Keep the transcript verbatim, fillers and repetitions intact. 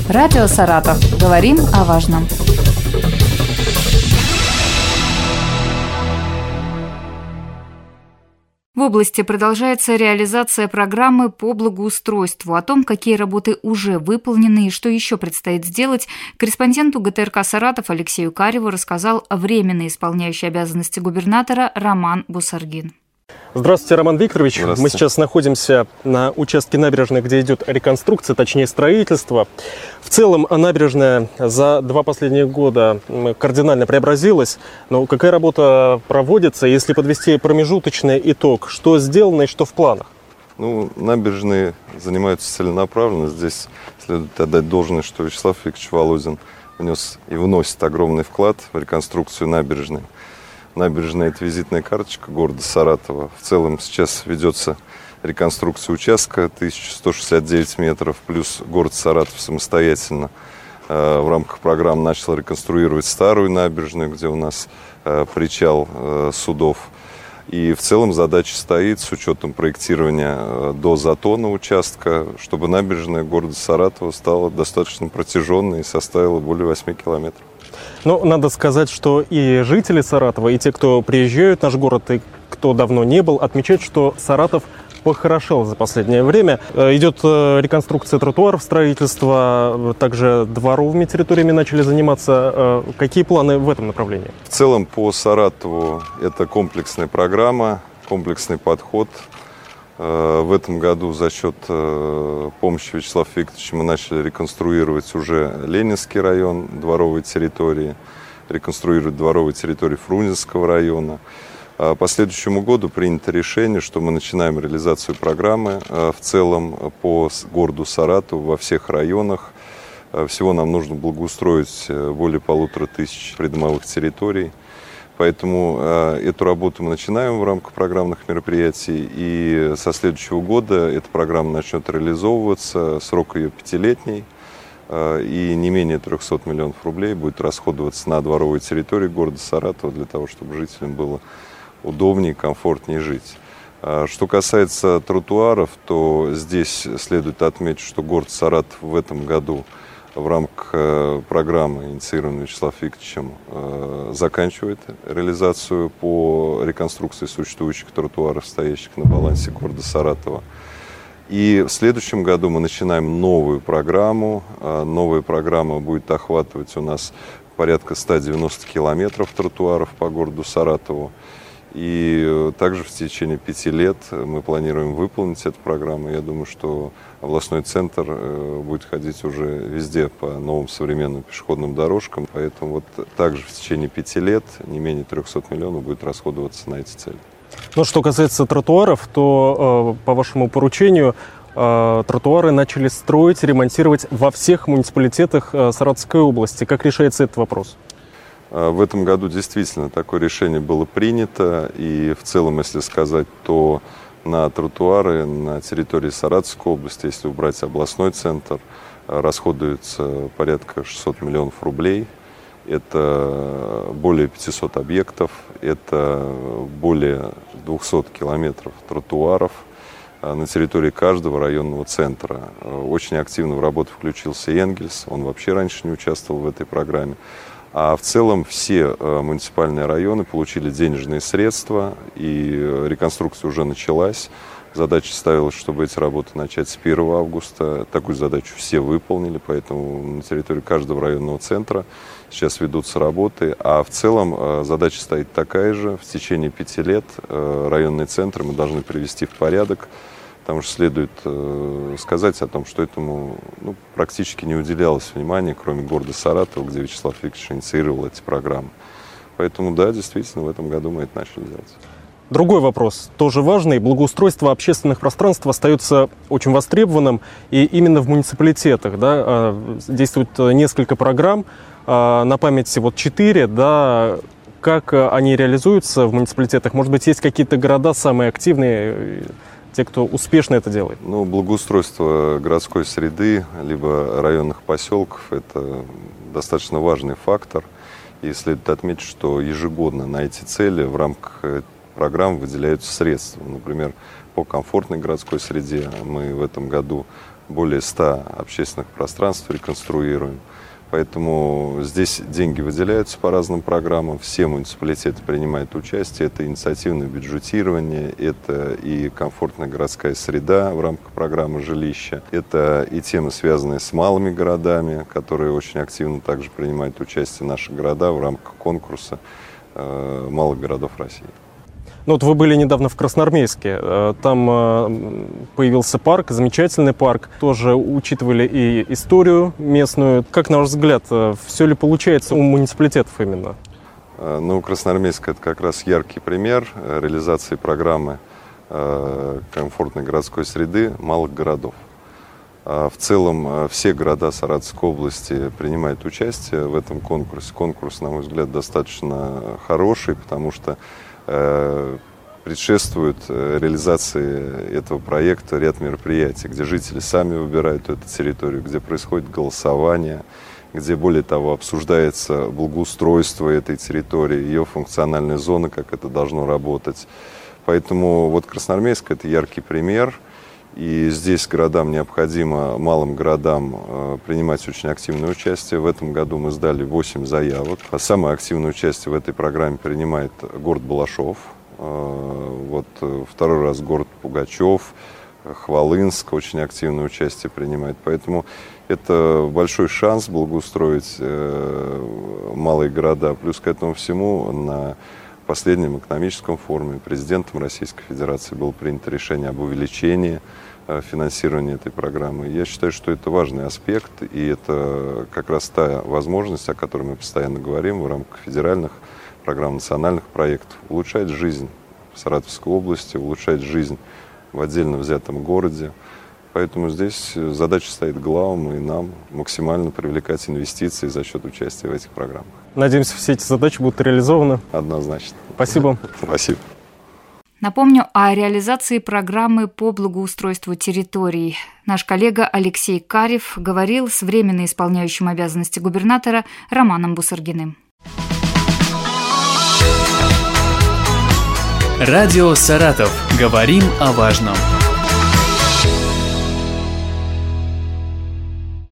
Радио «Саратов». Говорим о важном. В области продолжается реализация программы по благоустройству. О том, какие работы уже выполнены и что еще предстоит сделать, корреспонденту ГТРК «Саратов» Алексею Кареву рассказал временно исполняющий обязанности губернатора Роман Бусаргин. Здравствуйте, Роман Викторович. Здравствуйте. Мы сейчас находимся на участке набережной, где идет реконструкция, точнее строительство. В целом набережная за два последних года кардинально преобразилась. Но какая работа проводится, если подвести промежуточный итог? Что сделано и что в планах? Ну, набережные занимаются целенаправленно. Здесь следует отдать должное, что Вячеслав Викторович Володин внес и вносит огромный вклад в реконструкцию набережной. Набережная – это визитная карточка города Саратова. В целом сейчас ведется реконструкция участка тысяча сто шестьдесят девять метров, плюс город Саратов самостоятельно э, в рамках программы начал реконструировать старую набережную, где у нас э, причал э, судов. И в целом задача стоит с учетом проектирования э, до затона участка, чтобы набережная города Саратова стала достаточно протяженной и составила более восьми километров. Но надо сказать, что и жители Саратова, и те, кто приезжают в наш город, и кто давно не был, отмечают, что Саратов похорошел за последнее время. Идет реконструкция тротуаров, строительство, также дворовыми территориями начали заниматься. Какие планы в этом направлении? В целом по Саратову это комплексная программа, комплексный подход. В этом году за счет помощи Вячеслава Викторовича мы начали реконструировать уже Ленинский район, дворовые территории, реконструировать дворовые территории Фрунзенского района. По следующему году принято решение, что мы начинаем реализацию программы в целом по городу Саратову во всех районах. Всего нам нужно благоустроить более полутора тысяч придомовых территорий. Поэтому э, эту работу мы начинаем в рамках программных мероприятий, и со следующего года эта программа начнет реализовываться, срок ее пятилетний, э, и не менее трехсот миллионов рублей будет расходоваться на дворовые территории города Саратова для того, чтобы жителям было удобнее и комфортнее жить. Э, что касается тротуаров, то здесь следует отметить, что город Саратов в этом году в рамках э, программы, инициированной Вячеславом Викторовичем, э, заканчивает реализацию по реконструкции существующих тротуаров, стоящих на балансе города Саратова. И в следующем году мы начинаем новую программу. Э, новая программа будет охватывать у нас порядка ста девяноста километров тротуаров по городу Саратову. И также в течение пяти лет мы планируем выполнить эту программу. Я думаю, что областной центр будет ходить уже везде по новым современным пешеходным дорожкам. Поэтому вот также в течение пяти лет не менее трехсот миллионов будет расходоваться на эти цели. Ну, что касается тротуаров, то по вашему поручению тротуары начали строить, ремонтировать во всех муниципалитетах Саратовской области. Как решается этот вопрос? В этом году действительно такое решение было принято, и в целом, если сказать, то на тротуары на территории Саратовской области, если убрать областной центр, расходуется порядка шестисот миллионов рублей. Это более пятисот объектов, это более двухсот километров тротуаров на территории каждого районного центра. Очень активно в работу включился Энгельс, он вообще раньше не участвовал в этой программе. А в целом все э, муниципальные районы получили денежные средства, и реконструкция уже началась. Задача ставилась, чтобы эти работы начать с первого августа. Такую задачу все выполнили, поэтому на территории каждого районного центра сейчас ведутся работы. А в целом э, задача стоит такая же. В течение пяти лет э, районные центры мы должны привести в порядок. Потому что следует э, сказать о том, что этому ну, практически не уделялось внимания, кроме города Саратова, где Вячеслав Викторович инициировал эти программы. Поэтому, да, действительно, в этом году мы это начали делать. Другой вопрос, тоже важный. Благоустройство общественных пространств остается очень востребованным. И именно в муниципалитетах да, действует несколько программ. На памяти вот четыре, да, как они реализуются в муниципалитетах? Может быть, есть какие-то города самые активные, те, кто успешно это делает? Ну, благоустройство городской среды, либо районных поселков – это достаточно важный фактор. И следует отметить, что ежегодно на эти цели в рамках программ выделяются средства. Например, по комфортной городской среде мы в этом году более ста общественных пространств реконструируем. Поэтому здесь деньги выделяются по разным программам, все муниципалитеты принимают участие, это инициативное бюджетирование, это и комфортная городская среда в рамках программы жилища, это и темы, связанные с малыми городами, которые очень активно также принимают участие наши города в рамках конкурса э, малых городов России. Ну, вот вы были недавно в Красноармейске, там появился парк, замечательный парк, тоже учитывали и историю местную. Как, на ваш взгляд, все ли получается у муниципалитетов именно? Ну, Красноармейск – это как раз яркий пример реализации программы комфортной городской среды малых городов. В целом все города Саратовской области принимают участие в этом конкурсе. Конкурс, на мой взгляд, достаточно хороший, потому что предшествует реализации этого проекта ряд мероприятий, где жители сами выбирают эту территорию, где происходит голосование, где, более того, обсуждается благоустройство этой территории, ее функциональная зона, как это должно работать. Поэтому вот Красноармейск – это яркий пример. И здесь городам необходимо, малым городам, э, принимать очень активное участие. В этом году мы сдали восемь заявок. А самое активное участие в этой программе принимает город Балашов. Э, вот, второй раз город Пугачев, Хвалынск очень активное участие принимает. Поэтому это большой шанс благоустроить э, малые города. Плюс к этому всему на последнем экономическом форуме президентом Российской Федерации было принято решение об увеличении финансирования этой программы. Я считаю, что это важный аспект, и это как раз та возможность, о которой мы постоянно говорим в рамках федеральных программ, национальных проектов, улучшать жизнь в Саратовской области, улучшать жизнь в отдельно взятом городе. Поэтому здесь задача стоит главам и нам максимально привлекать инвестиции за счет участия в этих программах. Надеемся, все эти задачи будут реализованы. Однозначно. Спасибо. Спасибо. Напомню о реализации программы по благоустройству территорий. Наш коллега Алексей Карев говорил с временно исполняющим обязанности губернатора Романом Бусаргиным. Радио «Саратов». Говорим о важном.